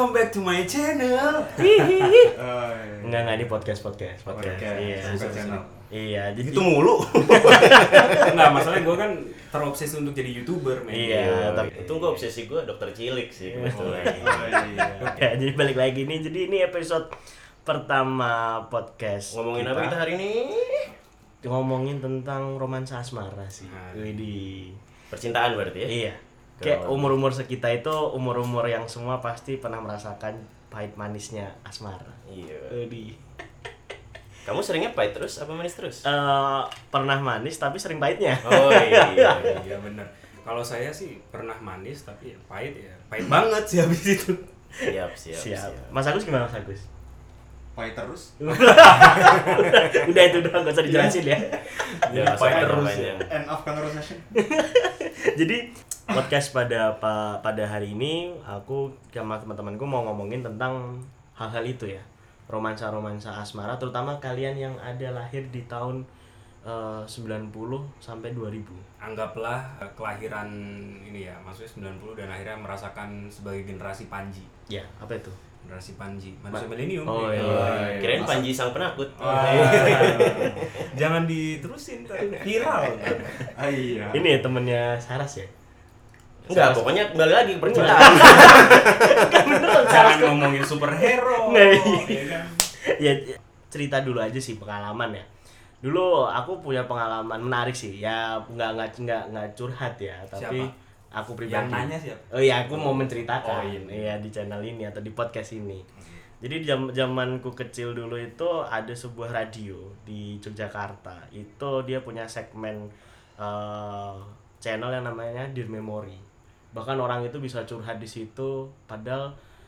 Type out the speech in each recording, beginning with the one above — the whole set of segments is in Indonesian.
Welcome back to my channel. Enggak ini podcast. Iya. Channel. Iya, jadi Itu mulu. Enggak, masalahnya gue kan terobsesi untuk jadi YouTuber, men. Iya, tapi Itu gue obsesi gue dokter cilik sih. ya, jadi balik lagi nih. Jadi ini episode pertama podcast. Ngomongin apa kita hari ini? Ngomongin tentang romansa asmara sih. Nah. Widih. Percintaan berarti ya? Iya. Kayak umur-umur sekitar itu umur-umur yang semua pasti pernah merasakan pahit manisnya asmara. Iya. Widih. Kamu seringnya pahit terus apa manis terus? Pernah manis tapi sering pahitnya. Oh iya. Iya bener. Kalau saya sih pernah manis tapi pahit ya. Pahit banget sih habis itu. Siap. Mas Agus gimana Mas Agus? Pahit terus. Udah itu udah gak usah dijelasin ya. Ya, Pahit terus ya. End of conversation. Jadi podcast pada hari ini aku sama teman-temanku mau ngomongin tentang hal-hal itu ya. Romansa asmara terutama kalian yang ada lahir di tahun 90 sampai 2000. Anggaplah kelahiran ini ya, maksudnya 90 dan akhirnya merasakan sebagai generasi Panji. Ya, apa itu? Generasi Panji, manusia milenium. Oh, ya. iya. Kirain Panji sang penakut. Jangan diterusin ntar viral. Iya. Ini ya temennya Saras ya? Enggak, pokoknya kembali lagi ke percintaan. Jangan ngomongin superhero. Nah, iya. Ya kan? Ya cerita dulu aja sih pengalaman ya. Dulu aku punya pengalaman menarik sih. Ya nggak curhat ya, tapi Siapa? aku pribadi. Yang nanya siapa? Oh iya, aku mau menceritakan. Oh, iya. Iya di channel ini atau di podcast ini. Jadi zamanku kecil dulu itu ada sebuah radio di Yogyakarta. Itu dia punya segmen channel yang namanya Dear Memory. Bahkan orang itu bisa curhat di situ, padahal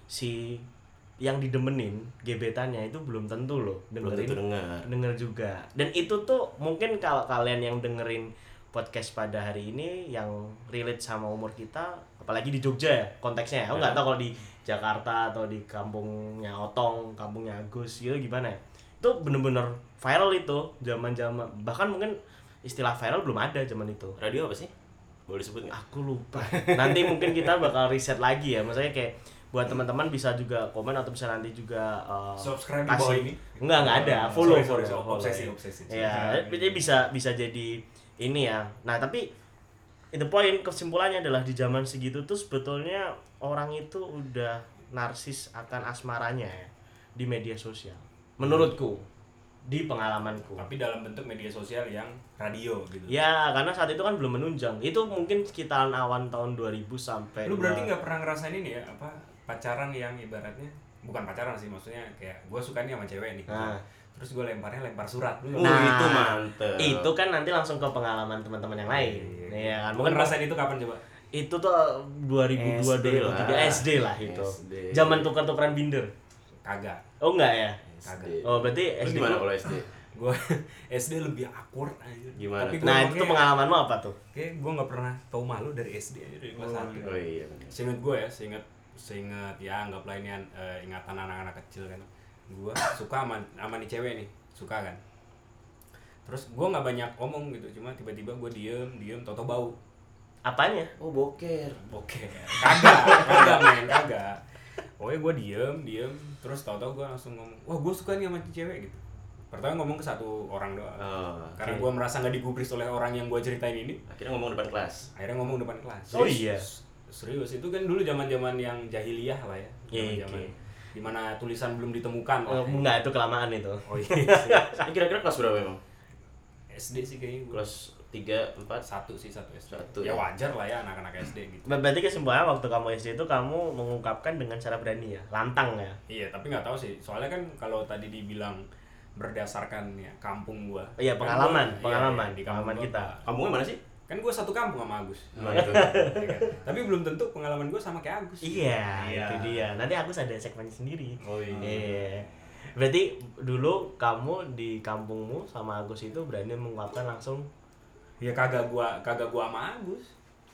si yang didemenin gebetannya itu belum tentu loh dengerin. Denger juga. Dan itu tuh mungkin kalau kalian yang dengerin podcast pada hari ini yang relate sama umur kita, apalagi di Jogja ya konteksnya ya. Aku nggak tahu kalau di Jakarta atau di kampungnya Otong, kampungnya Agus gitu gimana ya. Itu bener-bener viral itu zaman-zaman, bahkan mungkin istilah viral belum ada zaman itu. Radio apa sih? Boleh disebut nggak? Aku lupa. Nanti mungkin kita bakal riset lagi ya. Maksudnya kayak buat teman-teman bisa juga komen atau bisa nanti juga Subscribe di bawah ini. Enggak ada. Follow. Sorry. Follow. Obsesi. Ya, jadi bisa jadi ini ya. Nah, tapi itu poin kesimpulannya adalah di zaman segitu tuh sebetulnya orang itu udah narsis akan asmaranya ya di media sosial. Menurutku, di pengalamanku. Tapi dalam bentuk media sosial yang radio gitu. Ya, karena saat itu kan belum menunjang. Itu mungkin sekitaran awan tahun 2000 sampai Lu berarti nggak pernah ngerasain ini ya, apa pacaran yang ibaratnya bukan pacaran sih, maksudnya kayak gue suka nih sama cewek nih. Nah. Terus gue lempar surat. Lu Nah, itu mantep. Itu kan nanti langsung ke pengalaman teman-teman yang lain. Iya kan. Mungkin ngerasain itu kapan coba? Itu tuh 2002 2003 SD lah itu. SD. Zaman tukar-tukaran binder. Kagak. Oh enggak ya? Kagak. Oh berarti Lu SD. gimana kalau SD? Gue SD lebih awkward aja. Gimana Tapi tuh? Nah, itu tuh pengalamanmu apa tuh? Kayak gue nggak pernah tahu malu dari SD aja, dari kelas 1. Oh iya benar. Seinget gue ya, seinget ya anggaplah ini ingatan anak-anak kecil kan. Gue suka sama nih cewek nih, suka kan. Terus gue nggak banyak omong gitu, cuma tiba-tiba gue diem, toto bau. Apanya? Oh boker. Oke, kagak men, kagak. Pokoknya gue diem, terus tau-tau gue langsung ngomong, wah gue suka nih sama cewek gitu. Pertama ngomong ke satu orang doang. Karena gue merasa nggak digubris oleh orang yang gue ceritain ini. Akhirnya ngomong depan kelas. Akhirnya ngomong depan kelas. Oh iya. Serius, itu kan dulu zaman-zaman yang jahiliyah lah ya. Iya, Zaman-zaman oke. dimana tulisan belum ditemukan lah. Enggak, itu kelamaan itu. Oh iya. Ini kira-kira kelas berapa emang? SD sih kayaknya gue. Kelas 3, 4. Satu SD. Satu, Ya ya. wajar lah ya anak-anak SD gitu. Berarti kesimpulannya waktu kamu SD itu kamu mengungkapkan dengan cara berani ya, lantang ya. Iya, tapi nggak tahu sih. Soalnya kan kalau tadi dibilang berdasarkan ya kampung gua. Iya, Kan pengalaman gua- iya, di kampung pengalaman gua. kita. Kampungnya mana sih? Kan gua satu kampung sama Agus. Gimana tuh? Iya kan? Tapi belum tentu pengalaman gua sama kayak Agus. Iya, Iya. itu dia. Nanti aku ada segmennya sendiri. Oh iya. Iya. Berarti dulu kamu di kampungmu sama Agus itu berani mengungkapkan langsung. Ya kagak gua sama Agus.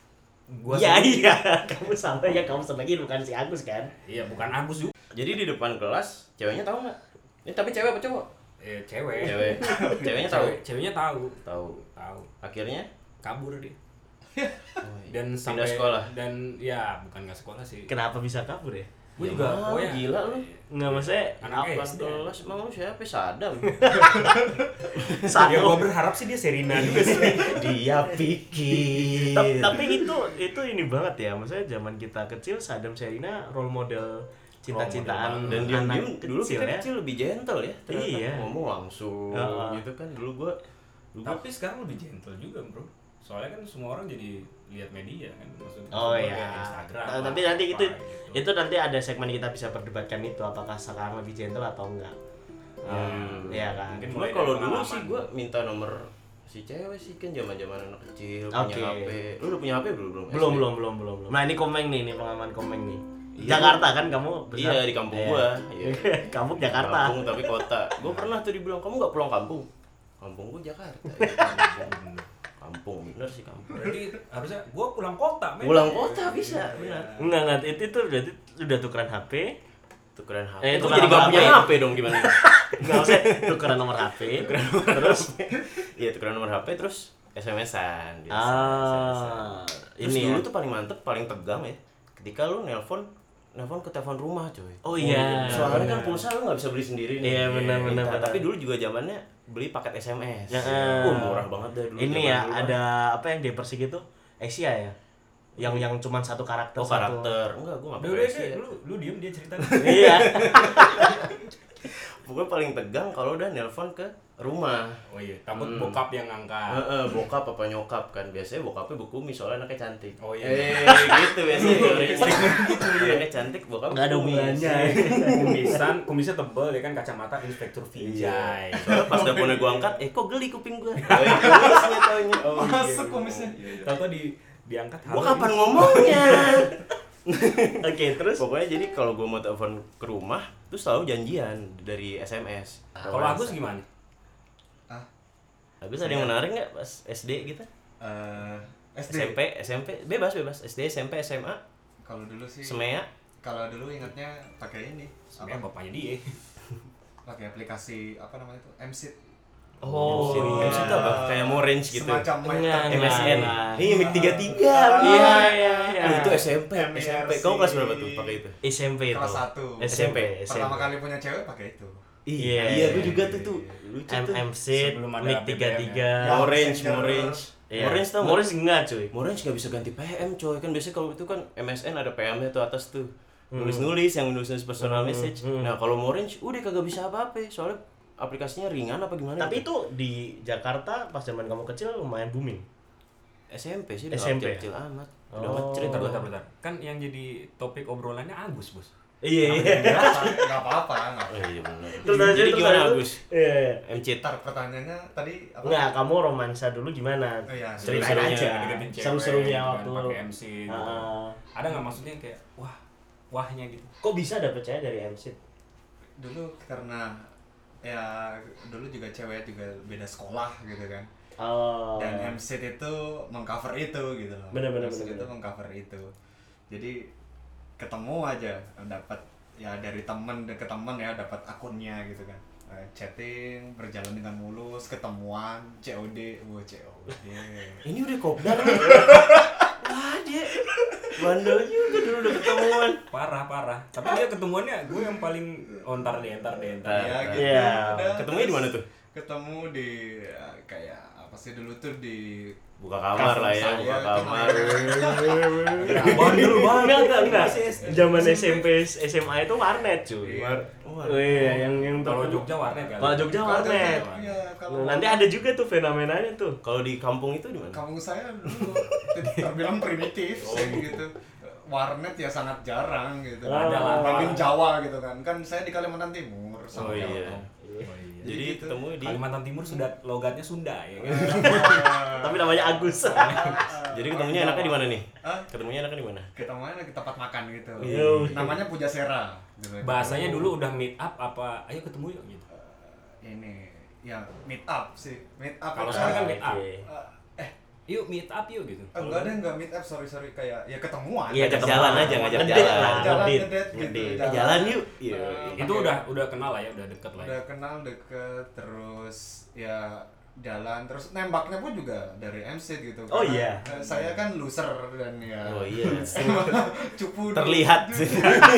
Iya, iya. Kamu sama ya, kamu sebagai bukan si Agus kan? Iya, bukan Agus juga. Jadi di depan kelas ceweknya tahu nggak? Ini tapi cewek apa cowok? Cewek. Ceweknya tahu. Ceweknya tahu. Tahu. Akhirnya Kabur dia. oh, iya. Dan Pindah sampai sekolah. dan ya bukan nggak sekolah sih. Kenapa bisa kabur ya? Gue juga, gila lu. Enggak, maksudnya anak Apa SD. kelas emang lu siapa? Sadam. Ya gue berharap sih dia Sherina juga sih. Dia pikir. Tapi itu ini banget ya, maksudnya zaman kita kecil Sadam Sherina role model cinta-cintaan Dan anak diam-diam dulu kita ya. kecil lebih gentle ya. Ternyata Iya. ngomong langsung gitu kan. Dulu gua Tapi sekarang lebih gentle juga, Bro. Soalnya kan semua orang jadi lihat media kan, maksudnya. Oh lihat iya. Instagram. Tapi nanti itu nanti ada segmen kita bisa perdebatkan itu apakah sekarang lebih gentle atau enggak. Iya kan. Mungkin Cuma mulai kalau dari dulu pengalaman. sih gua minta nomor si cewek sih kan zaman-zaman anak kecil Oke. punya HP. Lu udah punya HP belum? Belum. Nah, ini Komeng nih, ini pengalaman Komeng nih. Iya. Jakarta kan kamu besar? Iya di kampung gua. Iya. Kamu Jakarta. Kampung tapi kota. Gua pernah tuh dibilang kamu nggak pulang kampung. Kampung gua Jakarta. Kampung bener sih kampung. Berarti harusnya gue pulang kota, men. Pulang kota bisa, benar. Enggak, itu berarti udah tukeran HP. Tukeran HP. Itu Itu jadi nomor gak punya HP. HP dong gimana? Enggak usah tukeran nomor HP. Terus Iya tukeran nomor HP terus SMS-an. biasa, ah, SMS-an. Terus ini dulu ya. tuh paling mantep, paling tegang ya. Ketika lu nelpon ke telepon rumah coy. Oh iya. Soalnya kan benar. pulsa lu nggak bisa beli sendiri nih. Iya, benar. Tapi dulu juga zamannya beli paket SMS. Ya, Murah banget dah dulu. Ini zaman ya dulu. ada apa yang di Persik itu? Asia ya. Yang cuma satu karakter Oh satu. karakter. Enggak, gua nggak Udah, pakai ya. lu diem dia cerita. Iya. Pokoknya paling tegang kalau udah nelpon ke rumah. Oh iya, takut bokap yang ngangkat. Bokap apa nyokap kan biasanya bokapnya berkumis soalnya anaknya cantik. Oh iya. Gitu biasanya gitu ya. Anaknya cantik bokap Enggak ada berkumis. hubungannya. Kumisnya tebel ya kan, kacamata Inspektur Vijay. Soalnya pas teleponnya gua angkat, kok geli kuping gua. Kumisnya taunya. Masuk kumisnya. Tahu diangkat. Gua kapan ngomongnya? Oke, terus Pokoknya jadi kalau gua mau telepon ke rumah, tuh selalu janjian dari SMS. Kalau Agus gimana? Agus ada yang menarik nggak pas SD gitu? SD. SMP, bebas. SD, SMP, SMA, Kalau dulu sih. SMEA. Kalau dulu ingatnya pakai ini. Sebenarnya bapaknya dia. Pakai aplikasi apa namanya itu? MSIT. Oh, iya. MC itu apa? Kayak Orange gitu. Semacam Enggak, Mac. MSN. Enggak. Iya, Mic 33. Iya. Itu SMP. MIRC. Kamu kelas berapa tuh pakai itu? SMP itu. Kelas 1. SMP. Pertama kali punya cewek pakai itu. Iya, gue juga tuh lucu tuh. MMC, Sebelum ada Mic BBM 33. ya. Orange. Iya. Orange tau nggak? Orange enggak, cuy. Orange nggak bisa ganti PM coy, kan biasanya kalau itu kan MSN ada PM-nya tuh atas tuh nulis yang nulis personal message. Nah kalau Orange udah kagak bisa apa-apa, soalnya aplikasinya ringan apa gimana? Tapi gitu. itu di Jakarta pas zaman kamu kecil lumayan booming. SMP sih, udah SMP. kecil amat, udah Oh. ngecerit gua. Bentar. Kan yang jadi topik obrolannya Agus, Bos. Iya. Enggak apa-apa. Oh iya benar. Terus Jadi gimana Agus? Iya. MC Ntar pertanyaannya tadi apa? Enggak, kamu romansa dulu gimana? Oh iya, Ceritain seru-serunya, aja. deketin cewek, Seru-serunya gitu kan, waktu pakai MC gitu. Ada nggak maksudnya yang kayak wahnya gitu? Kok bisa dapet cewek dari MC? Dulu karena ya dulu juga cewek juga beda sekolah gitu kan. Oh. Dan MSIT itu mengcover itu gitu loh. Bener. MSIT itu mengcover itu. Jadi ketemu aja dapat ya dari temen ke temen ya dapat akunnya gitu kan. Chatting berjalan dengan mulus, ketemuan, COD, COD. ini udah kopdar nih. Wah dia bandel juga dulu udah ketemuan. Parah. Tapi dia ketemuannya gue yang paling ontar deh. Ya gitu. Iya. Udah, Ketemunya di mana tuh? Ketemu di kayak apa sih dulu tuh di Buka kamar lah ya, buka kamar. Bandel banget. Enggak. Zaman SMP, SMA itu warnet, cuy. Iya. Iya, yang Kalau Jogja warnet kan. Kalau Jogja warnet. Iya, kalau Nanti ada juga tuh fenomenanya tuh. Kalau di kampung itu di mana? kampung saya dulu terbilang primitif sih gitu. Warnet ya sangat jarang gitu. Ada lah. Banding Jawa gitu kan. Kan saya di Kalimantan Timur sama Oh iya. Jawa. Jadi gitu. ketemu di Kalimantan Timur sudah logatnya Sunda ya kan. Tapi namanya Agus. Jadi ketemunya enaknya di mana nih? Hah? Ketemunya enaknya di mana? Ketemuan di tempat makan gitu. Iya. Namanya Pujasera. Gitu. Bahasanya dulu udah meet up apa ayo ketemu yuk gitu. Ini ya meet up sih. Meet up. Kalau itu, sekarang kan meet up. Oke. Yuk meet up yuk gitu. enggak ada enggak meet up, sorry kayak ya ketemuan. Iya, Ngajak ketemu. jalan aja, ngajak Ngedate jalan. lah, Jalan ngedate. ngedate gitu. Ngedate. Jalan yuk. Iya. Itu udah kenal lah ya, udah deket lah. Udah kenal deket terus ya jalan terus nembaknya pun juga dari MC gitu. Oh Karena, iya. saya kan loser dan ya. Oh iya. Cupu Terlihat sih.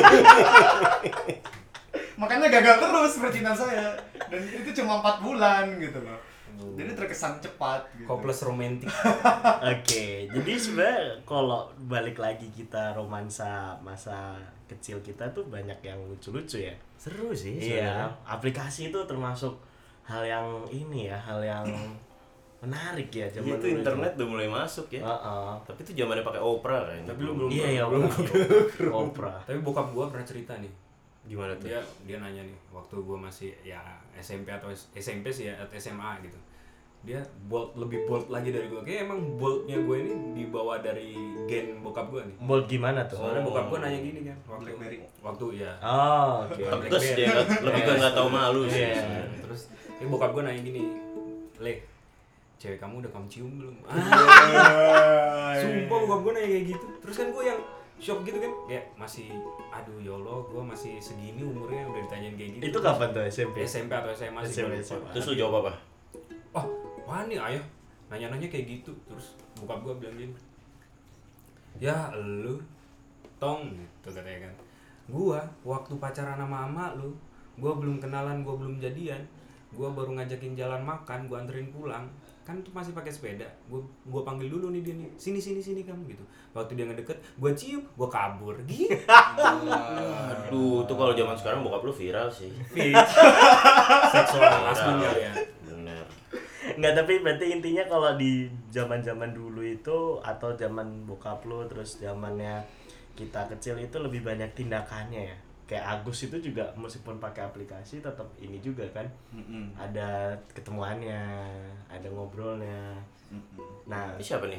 Makanya gagal terus percintaan saya dan itu cuma 4 bulan gitu loh. Jadi terkesan cepat gitu. Hopeless romantic. Oke, jadi sebenarnya kalau balik lagi kita romansa masa kecil kita tuh banyak yang lucu-lucu ya. Seru sih Iya, sebenarnya. aplikasi itu termasuk hal yang ini ya, hal yang menarik ya zaman Itu dulu internet udah mulai masuk ya. Heeh. Tapi itu zamannya pakai Opera kan. Tapi lu belum Iya ya, belum. Opera. Tapi bokap gua pernah cerita nih. Gimana tuh? Dia nanya nih waktu gua masih ya SMP atau SMP sih ya atau SMA gitu. Dia lebih bold lagi dari gua. Kayak emang boldnya gua ini dibawa dari gen bokap gua nih. Bold gimana tuh? Soalnya bokap gua nanya gini kan BlackBerry. waktu ya. Oh, oke. Terus dia lebih ke nggak tahu malu sih. Iya. Terus bokap gua nanya gini, "Le, cewek kamu udah kamu cium belum?" Sumpah bokap gua nanya kayak gitu. Terus kan gua yang shock gitu kan, kayak masih aduh ya Allah, gua masih segini umurnya udah ditanyain kayak gitu. Itu kapan tuh SMP? SMP atau SMA sih gua lupa. SMA. Terus lu jawab apa? Oh, wah nih ayah nanya-nanya kayak gitu. Terus bokap gua bilang gini, ya lu tong gitu katanya kan, gua waktu pacaran sama mama lu, gua belum kenalan, gua belum jadian, gua baru ngajakin jalan makan, gua anterin pulang, kan tuh masih pakai sepeda, gua panggil dulu nih dia nih, sini kamu gitu. Waktu dia ngedeket, gua cium, gua kabur gitu. Aduh, tuh kalau zaman sekarang bokap lu viral sih. Seksual harassment kali ya. Bener. Enggak, tapi berarti intinya kalau di zaman-zaman dulu itu atau zaman bokap lu terus zamannya kita kecil itu lebih banyak tindakannya ya. Kayak Agus itu juga meskipun pakai aplikasi tetap ini juga kan. Ada ketemuannya, ada ngobrolnya. Nah, Ini siapa nih?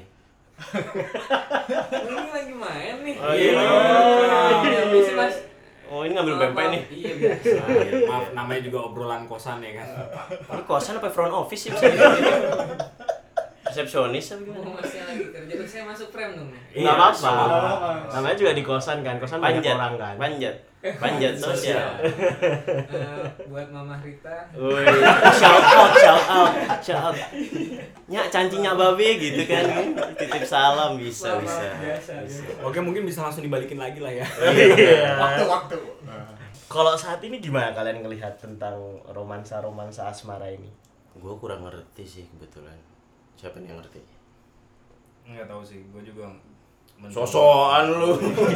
Ini lagi main nih. Oh, iya. Iya, sih, Mas. Oh, ini ngambil pempek nih. Iya, biasa. Maaf, namanya juga obrolan kosan ya kan. Ini kosan apa front office sih bisa dibilang? Resepsionis apa gimana? Mau masnya lagi kerja terus saya masuk frame dong. enggak apa-apa. Namanya juga di kosan kan. Kosan banyak Panjat, orang kan. panjat sosial. Buat Mama Rita. Woi, shout out. Nyak cancinya babe gitu kan. Titip salam bisa. Biasa. Oke, mungkin bisa langsung dibalikin lagi lah ya. Iya. Waktu. Kalau saat ini gimana kalian ngelihat tentang romansa-romansa asmara ini? Gue kurang ngerti sih kebetulan. Siapa nih yang ngerti? Enggak tahu sih, gue juga Sosokan lu.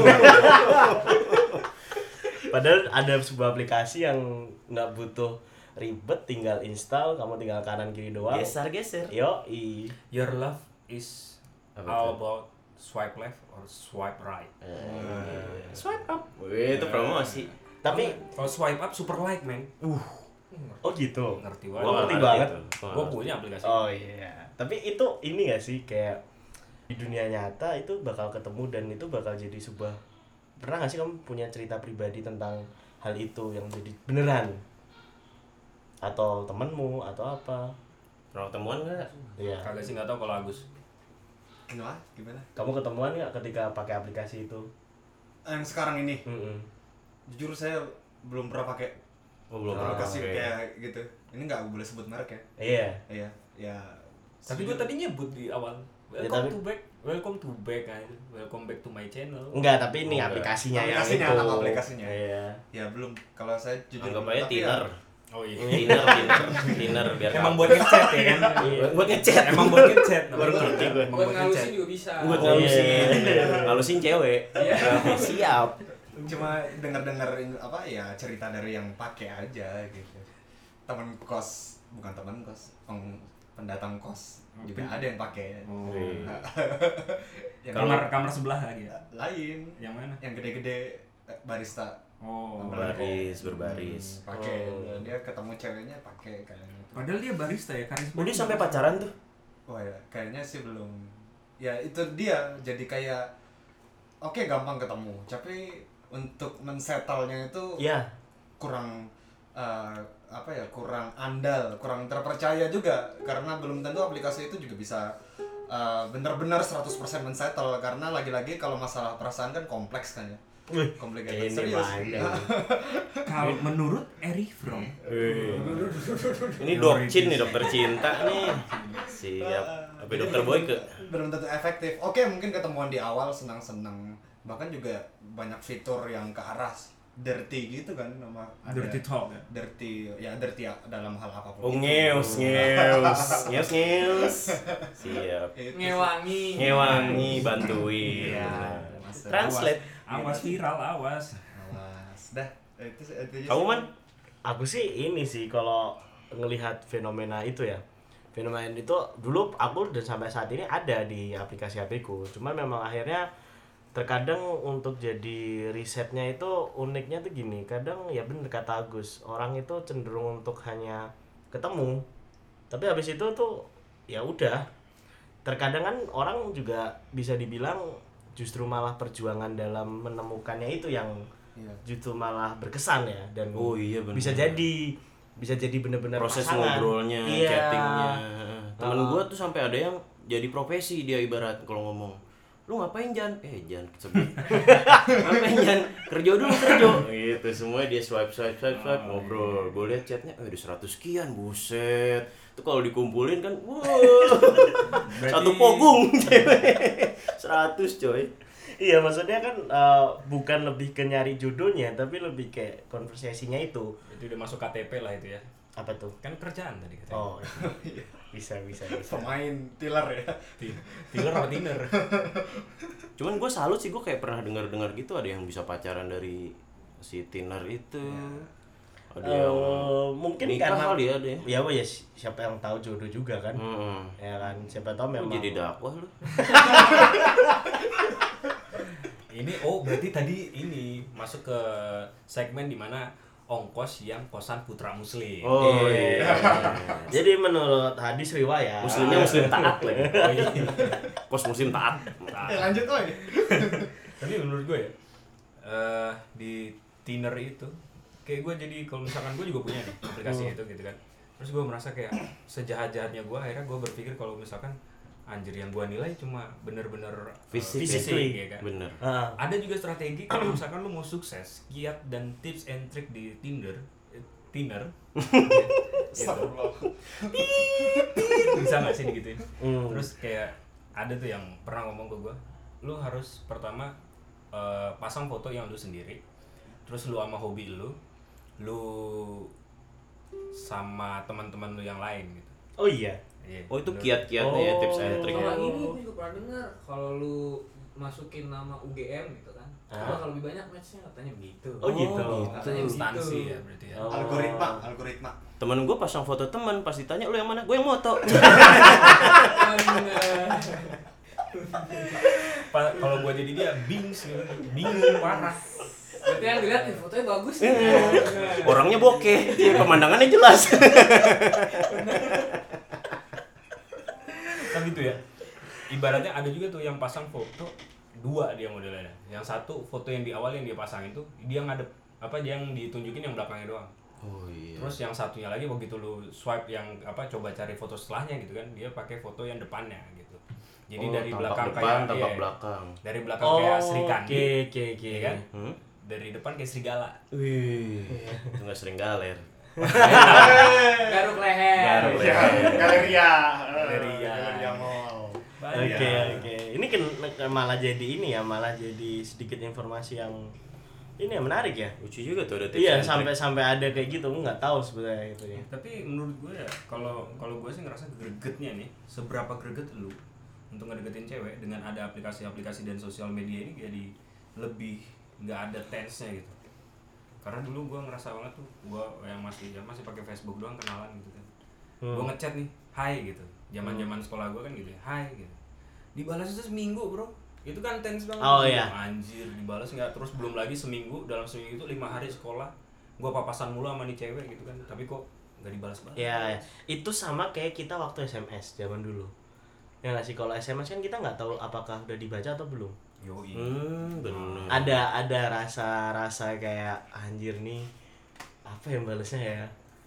Padahal ada sebuah aplikasi yang nggak butuh ribet, tinggal install, kamu tinggal kanan kiri doang. Geser. Yo, Your love is Apa all tuh? about swipe left or swipe right. Swipe up. Wih, itu promosi. Tapi Kalau swipe up super like, man. oh gitu. Ngerti Gua banget. ngerti banget. Gue punya aplikasi. Oh iya. Tapi itu ini gak sih kayak di dunia nyata itu bakal ketemu dan itu bakal jadi sebuah, pernah gak sih kamu punya cerita pribadi tentang hal itu yang jadi beneran? Atau temenmu atau apa? Pernah ketemuan nggak? Iya. Kagak sih, nggak tahu kalau Agus. Gimana? Kamu ketemuan nggak ketika pakai aplikasi itu? Yang sekarang ini, Mm-mm. jujur saya belum pernah pakai Oh, belum aplikasi oke. kayak gitu. Ini nggak boleh sebut merek ya. Iya. Iya, ya. Tapi gue tadi nyebut di awal. Ya, Welcome tapi- to back. Welcome to back aja. Welcome back to my channel. Enggak, tapi ini Oh, enggak. aplikasinya yang Aplikasinya, itu. nama aplikasinya. Iya. Ya belum. Kalau saya jujur Anggap belum, aja tapi Tinder. Oh iya. Tinder biar Emang buat ngechat ya kan? buat ngechat. Emang buat ngechat. Baru ngerti gue. Emang Buat buat ngalusin ngechat. juga bisa. Buat Oh, ngalusin. iya. Ngalusin cewek. Siap. cuma dengar-dengar apa ya cerita dari yang pakai aja gitu. Teman kos, bukan teman kos, pendatang kos juga ada yang pakai. Oh. Yang Kamar sebelah lagi ya. lain, Yang mana? yang gede-gede barista. Oh. Berbaris. Pakai. Dia ketemu ceweknya pakai kayak gitu. Padahal dia barista ya, karisma. Udah sampai pacaran tuh. Wah ya, kayaknya sih belum. Ya itu dia, jadi kayak oke gampang ketemu, tapi untuk men-settle-nya itu Iya. kurang apa ya, kurang andal, kurang terpercaya juga karena belum tentu aplikasi itu juga bisa benar-benar 100% men-settle karena lagi-lagi kalau masalah perasaan kan kompleks kan ya. Complicated Ini serius. panjang. Kalau menurut Erich Fromm, Ini dokcin nih, dokter cinta nih. Siap. Tapi dokter Boyke. Belum tentu efektif. Oke, mungkin ketemuan di awal senang-senang. Bahkan juga banyak fitur yang ke arah dirty gitu kan, nama ada dirty talk ya. dirty dalam hal apapun. Oh, itu. ngeus. Siap. Itu Ngewangi, bantuin. Iya, Mas. Translate. Awas viral, awas. Awas. Dah, itu aja Kamu sih. Man? Aku sih ini sih kalau ngelihat fenomena itu ya. Fenomena itu dulu aku dan sampai saat ini ada di aplikasi HP-ku. Cuman memang akhirnya terkadang untuk jadi risetnya itu uniknya tuh gini. Kadang ya bener kata Agus, orang itu cenderung untuk hanya ketemu. Tapi habis itu tuh ya udah. Terkadang kan orang juga bisa dibilang justru malah perjuangan dalam menemukannya itu yang Iya. justru malah berkesan ya, dan Oh iya benar. bisa jadi bener-bener Proses pasangan. ngobrolnya, Iya. chattingnya. Temen gua tuh sampai ada yang jadi profesi dia ibarat kalau ngomong. Lu ngapain Jan? Jan sebut. Ngapain Jan? Kerja dulu kerja. Gitu semua dia swipe ngobrol. Gue lihat chatnya, udah 100 sekian, buset. Itu kalau dikumpulin kan, wow. Satu pogung. 100 coy. Iya, maksudnya kan bukan lebih ke nyari jodohnya, tapi lebih kayak konversasinya itu. Itu udah masuk KTP lah itu ya. Apa tuh? Kan kerjaan tadi katanya. Oh, bisa. Pemain tiller ya. Tiller apa Tinder? Cuman gue salut sih, gue kayak pernah dengar gitu ada yang bisa pacaran dari si Tinder itu. Ada yang mungkin nikah karena kali ya dia. Ya, ya siapa yang tahu jodoh juga kan? Ya kan, siapa tahu memang. Jadi dakwah lu. Ini berarti tadi ini masuk ke segmen dimana ongkos yang kosan putra muslim. Oh iya. Jadi menurut hadis riwayat, Muslimnya muslim taat lagi. Oh, iya. Kos muslim taat. Lanjut oi. Tapi menurut gue ya di Tinder itu kayak gue jadi kalau misalkan gue juga punya nih aplikasi itu gitu kan. Terus gue merasa kayak sejahat-jahatnya gue, akhirnya gue berpikir kalau misalkan anjir yang gue nilai cuma bener-bener Fisik. ya kan. Bener. Ada juga strategi kalau misalkan lu mau sukses, kiat dan tips and trick di Tinder gitu. Bisa nggak sih digituin? Terus kayak ada tuh yang pernah ngomong ke gue, lu harus pertama pasang foto yang lu sendiri, terus lu sama hobi lu sama teman-teman lu yang lain gitu. Oh iya. Oh itu kiat-kiatnya ya, tips and trick. Kalau ini gue juga pernah dengar, kalau lu masukin nama UGM gitu kan, kalau lebih banyak matchnya katanya begitu. Oh gitu. Katanya Instansi begitu. ya berarti ya. Algoritma. Temen gue pasang foto teman, pas ditanya lu yang mana? Gue yang moto. Kalau gua jadi dia bingung parah. Berarti yang dilihat fotonya bagus. Orangnya bokeh, pemandangannya jelas. Kan gitu ya. Ibaratnya ada juga tuh yang pasang foto dua dia modelnya. Yang satu foto yang di awal yang dia pasang itu dia ngadep dia yang ditunjukin yang belakangnya doang. Oh iya. Terus yang satunya lagi begitu lu swipe yang coba cari foto setelahnya gitu kan, dia pakai foto yang depannya gitu. Jadi dari belakang depan, kayak tampak belakang. Dari belakang kayak Sri Kandi. Oke. Kan? Dari depan kayak serigala. Wih. Itu enggak sering galer. Garuk leher. Galeria Mall. Oke. Ini kan malah jadi ini ya, malah jadi sedikit informasi yang ini ya menarik ya. Lucu juga tuh ada tips. Iya, and trick. sampai ada kayak gitu, nggak tahu sebenarnya itu ya. Tapi menurut gue ya, kalau gue sih ngerasa gregetnya nih, seberapa greget lu untuk ngedeketin cewek dengan ada aplikasi-aplikasi dan sosial media ini jadi lebih nggak ada tense-nya gitu. Karena dulu gue ngerasa banget tuh, gue yang masih pakai Facebook doang kenalan gitu kan. Gue ngechat nih, hai gitu. Zaman sekolah gue kan gitu ya, hai gitu. Dibalas itu seminggu bro. Itu kan tense banget. Oh iya. Anjir, dibalas nggak, terus belum lagi dalam seminggu itu 5 hari sekolah gue papasan mulu sama nih cewek gitu kan, tapi kok nggak dibalas-balas. Ya, itu sama kayak kita waktu SMS zaman dulu. Ya nggak sih, kalau SMS kan kita nggak tahu apakah udah dibaca atau belum. Yoi. Bener. Ada rasa kayak anjir nih apa yang balesnya ya.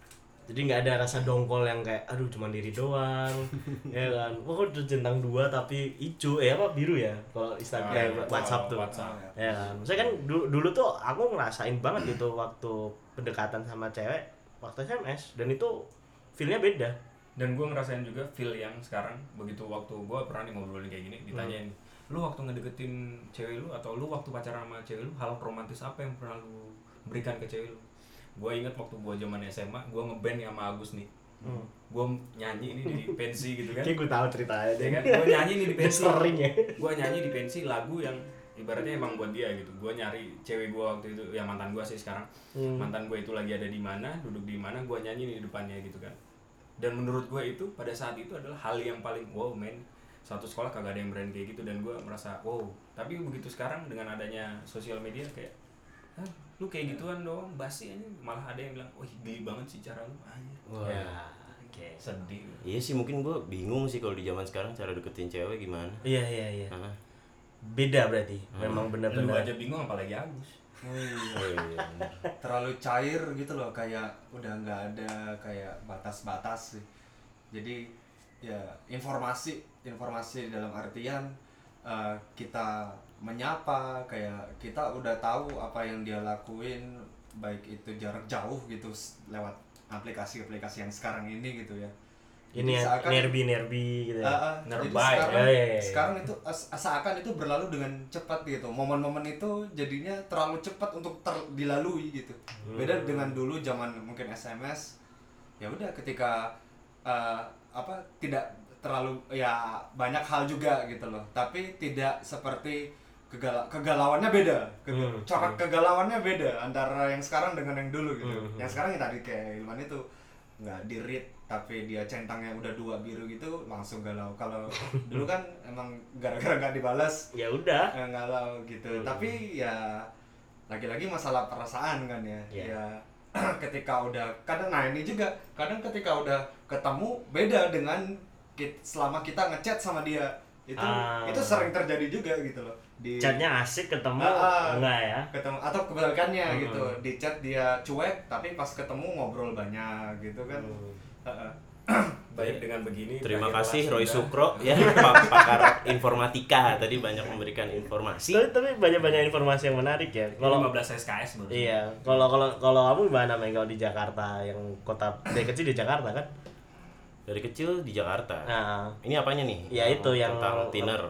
Jadi nggak ada rasa dongkol yang kayak aduh cuma diri doang ya kan. Kok udah centang 2 tapi hijau biru ya kalau Instagram WhatsApp tuh. Ya kan. Saya kan dulu tuh aku ngerasain banget gitu waktu pendekatan sama cewek waktu SMS dan itu feel-nya beda. Dan gue ngerasain juga feel yang sekarang begitu waktu gue pernah nih ngobrolin kayak gini ditanyain, lu waktu ngedeketin cewek lu atau lu waktu pacaran sama cewek lu hal romantis apa yang pernah lu berikan ke cewek lu? Gue inget waktu gue zaman SMA gue ngeband sama Agus nih, gue nyanyi ini di pensi gitu kan. Kayak gue tahu ceritanya ya kan, gue nyanyi nih di pensi. Sering ya. Gue nyanyi di pensi lagu yang ibaratnya emang buat dia gitu. Gue nyari cewek gue waktu itu, yang mantan gue sih sekarang. Mantan gue itu lagi ada di mana, duduk di mana, gue nyanyi nih di depannya gitu kan. Dan menurut gue itu pada saat itu adalah hal yang paling wow men, satu sekolah kagak ada yang berani kayak gitu. Dan gue merasa wow. Tapi begitu sekarang dengan adanya sosial media kayak lu kayak gituan doang basi aja, malah ada yang bilang wah geli banget sih cara lu anjir. Ya, sedih. Iya sih, mungkin gue bingung sih kalau di zaman sekarang cara deketin cewek gimana. Iya. Beda berarti. Memang Lu benar-benar. aja bingung apalagi Agus. Iya. Terlalu cair gitu loh, kayak udah nggak ada kayak batas-batas sih. Jadi ya informasi dalam artian kita menyapa, kayak kita udah tahu apa yang dia lakuin, baik itu jarak jauh gitu lewat aplikasi-aplikasi yang sekarang ini gitu ya. Ini ya nerbi gitu ya. Jadi sekarang itu seakan itu berlalu dengan cepat gitu. Momen-momen itu jadinya terlalu cepat untuk dilalui gitu. Beda dengan dulu zaman mungkin SMS. Ya udah ketika tidak terlalu ya banyak hal juga gitu loh. Tapi tidak seperti kegalauannya beda. Corak kegalauannya beda antara yang sekarang dengan yang dulu gitu. Yang sekarang yang tadi kayak Ilman itu nggak di-read tapi dia centangnya udah 2 biru gitu langsung galau. Kalau dulu kan emang gara-gara nggak dibalas ya udah galau gitu. Tapi ya lagi-lagi masalah perasaan kan ya. Ya ketika udah kadang ini juga kadang ketika udah ketemu beda dengan selama kita ngechat sama dia itu sering terjadi juga gitu loh. Di chatnya asik ketemu enggak ya ketemu atau kebalikannya gitu, di chat dia cuek tapi pas ketemu ngobrol banyak gitu kan. Baik dengan begini. Terima kasih Roy Sukro ya, pakar informatika tadi banyak memberikan informasi. Tapi banyak informasi yang menarik ya. Kalau 15 SKS baru. Iya. Kalau kamu gimana men kalau di Jakarta, yang kota dari kecil di Jakarta kan? Dari kecil di Jakarta. Nah, ini apanya nih? Ya itu yang tentang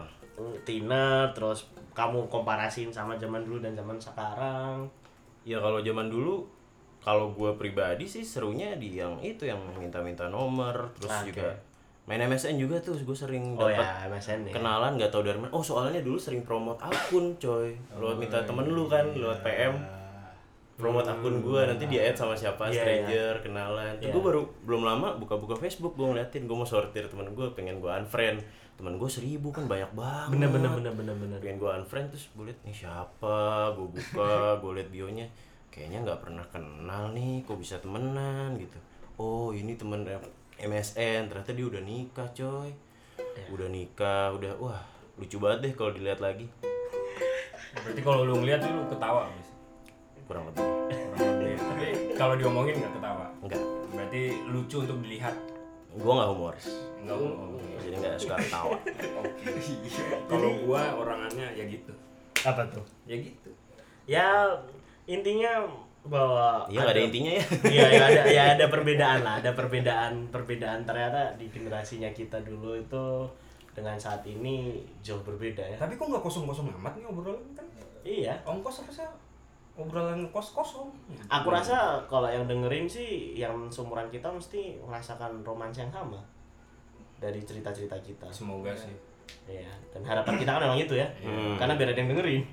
tiner terus kamu komparasiin sama zaman dulu dan zaman sekarang. Ya kalau zaman dulu, kalau gue pribadi sih serunya di yang itu yang minta-minta nomor, terus juga main MSN juga tuh gue sering dapat kenalan nggak tahu dari mana. Oh soalnya dulu sering promote akun coy, lewat minta temen lu kan lewat PM, promote akun gue nanti dia add sama siapa stranger kenalan. Gue baru belum lama buka Facebook, gue ngeliatin gue mau sortir temen gue, pengen gue unfriend temen gue 1000 kan banyak banget. Bener. Pengen gue unfriend terus gue liat nih siapa, gue buka gue liat bionya. Kayaknya nggak pernah kenal nih, kok bisa temenan gitu. Oh ini temen MSN, ternyata dia udah nikah coy. Udah nikah, udah wah lucu banget deh kalau dilihat lagi. Berarti kalau lu ngeliat lu ketawa abis. Kurang lebih. Tapi kalau diomongin nggak ketawa. Enggak. Berarti lucu untuk dilihat. Gua nggak humoris. Nggak humoris. Jadi nggak suka ketawa. Kalau gua orangannya ya gitu. Apa tuh? Ya gitu. Ya intinya bahwa iya nggak ada intinya ya. Iya ada perbedaan lah, ada perbedaan ternyata di generasinya kita dulu itu dengan saat ini jauh berbeda ya. Tapi kok nggak kosong-kosong amat nih obrolan kan? Iya. Ongkos apa sih? Obrolan kosong. Aku rasa kalau yang dengerin sih yang seumuran kita mesti merasakan romans yang sama dari cerita-cerita kita. Semoga sih. Iya, dan harapan kita kan memang itu ya. Karena biar ada yang dengerin.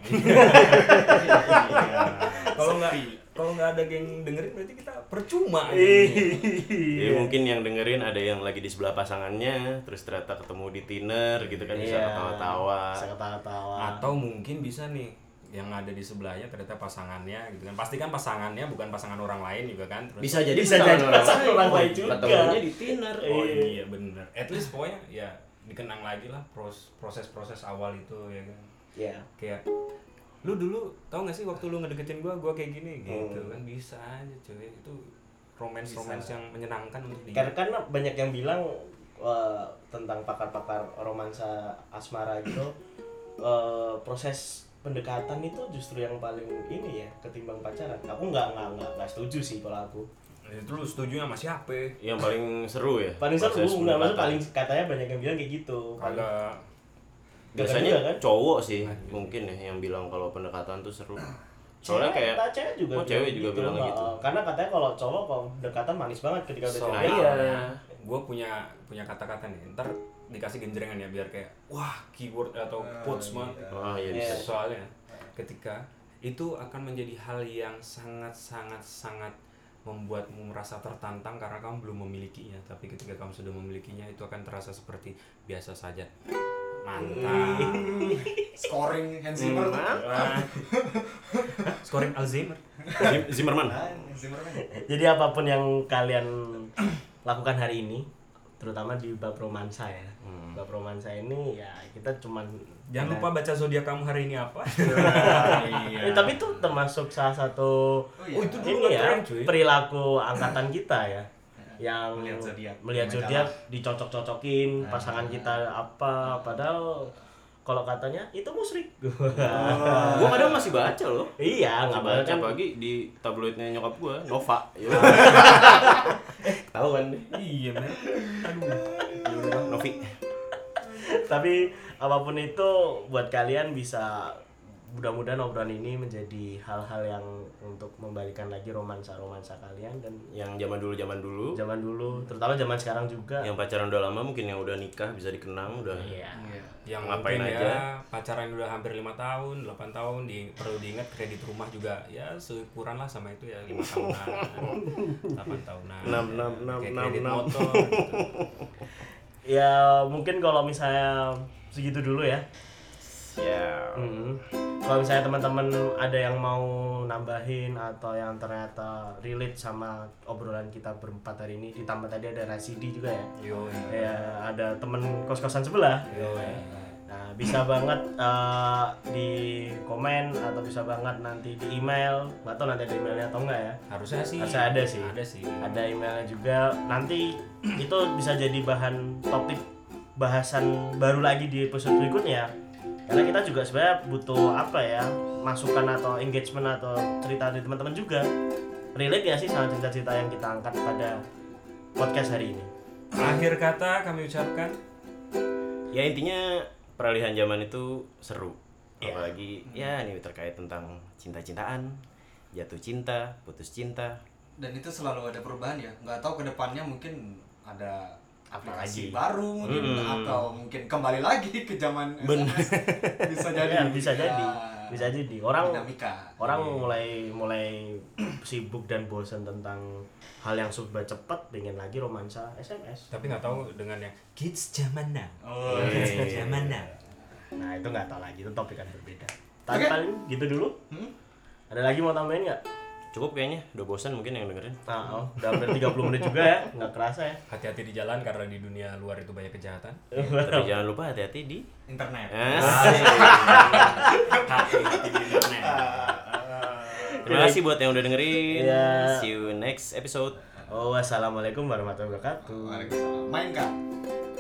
Kalau nggak ada yang dengerin berarti kita percuma. Ya mungkin yang dengerin ada yang lagi di sebelah pasangannya, terus ternyata ketemu di Tinder gitu kan, bisa ketawa-tawa. Atau mungkin bisa nih yang ada di sebelahnya ternyata pasangannya gitu kan. Pasti kan pasangannya bukan pasangan orang lain juga kan. Terus bisa jadi pasangan orang lain juga. Ketemunya di Tinder. Oh iya bener. At least pokoknya ya dikenang lagi lah proses-proses awal itu ya kan. Iya. Kayak lu dulu tau gak sih waktu lu ngedeketin gua kayak gini gitu kan, bisa aja cuy. Itu romance yang menyenangkan untuk dia. Karena banyak yang bilang tentang pakar-pakar romansa asmara gitu, proses pendekatan itu justru yang paling ini ya ketimbang pacaran. Aku nggak setuju sih kalau aku. Itu lu setuju sama siapa? Yang paling seru ya? Paling seru, nggak maksud paling katanya banyak yang bilang kayak gitu. Agak biasanya juga, kan? Cowok sih mungkin ya yang bilang kalau pendekatan tuh seru. Soalnya kayak cewek juga, cewek juga bilang gitu. Karena katanya kalau cowok kalau pendekatan manis banget ketika udah Soalnya iya. Gue punya kata-kata nih, ntar dikasih genjrengan ya biar kayak wah keyword atau quotes banget. Oh iya bisa. Soalnya ketika itu akan menjadi hal yang sangat membuatmu merasa tertantang karena kamu belum memilikinya, tapi ketika kamu sudah memilikinya itu akan terasa seperti biasa saja. Mantap. Scoring Hans Zimmer tuh. Scoring Alzheimer. Zimmerman. Zimmerman. Jadi apapun yang kalian lakukan hari ini, terutama di bab romansa ya. Bab romansa ini ya kita cuman Jangan lupa baca zodiak kamu hari ini apa. Iya. Tapi itu termasuk salah satu itu dulu ini ya keren, cuy. perilaku angkatan kita ya. Yang melihat zodiak dicocok-cocokin pasangan kita apa, padahal kalau katanya itu musyrik. Gua kadang masih baca loh. Iya, nggak Baca kan. pagi di tabloidnya nyokap gua, Nova. Tahu kan? Iya men. Aduh. Novi. Tapi apapun itu buat kalian bisa, mudah-mudahan obrolan ini menjadi hal-hal yang untuk membalikan lagi romansa kalian dan Yang zaman dulu, terutama zaman sekarang juga. yang pacaran udah lama mungkin yang udah nikah bisa dikenang udah. Iya. Yang Ngapain mungkin aja. ya pacaran udah hampir 5 tahun, 8 tahun, perlu diingat kredit rumah juga ya seukuran lah sama itu ya 5 tahunan, 8 tahunan. 6 Kayak kredit motor gitu. Ya mungkin kalau misalnya segitu dulu ya. Ya. Kalau misalnya teman-teman ada yang mau nambahin atau yang ternyata relate sama obrolan kita berempat hari ini, ditambah tadi ada Rasidi juga ya. Ya ada temen kos-kosan sebelah. Nah bisa banget di komen atau bisa banget nanti di email. Nggak tahu nanti ada emailnya atau enggak ya. Harusnya ada sih. Ada emailnya juga. Nanti itu bisa jadi bahan topik bahasan baru lagi di episode berikutnya. Karena kita juga sebenarnya butuh masukan atau engagement atau cerita dari teman-teman juga. Relate ya sih sama cerita-cerita yang kita angkat pada podcast hari ini. Akhir kata kami ucapkan Ya intinya peralihan zaman itu seru. Apalagi ya ini terkait tentang cinta-cintaan, jatuh cinta, putus cinta. Dan itu selalu ada perubahan ya. Nggak tahu ke depannya mungkin ada aplikasi Lagi. baru mungkin atau mungkin kembali lagi ke zaman SMS. Bisa jadi. Ya, bisa jadi. Orang dinamika. mulai sibuk dan bosan tentang hal yang serba cepat, pengen lagi romansa SMS. tapi nggak tahu dengan yang kids zaman now. Kids Zaman now. Nah itu nggak tahu lagi, itu topik yang berbeda. Tapi Oke. paling gitu dulu. Ada lagi mau tambahin nggak? Cukup kayaknya, udah bosan mungkin yang dengerin. Udah hampir 30 menit juga ya, nggak kerasa ya. Hati-hati di jalan karena di dunia luar itu banyak kejahatan. Tapi jangan lupa hati-hati di Internet. Hati-hati di internet. Terima kasih buat yang udah dengerin. Iya. See you next episode. Wassalamualaikum warahmatullahi wabarakatuh. Waalaikumsalam. Main Kak.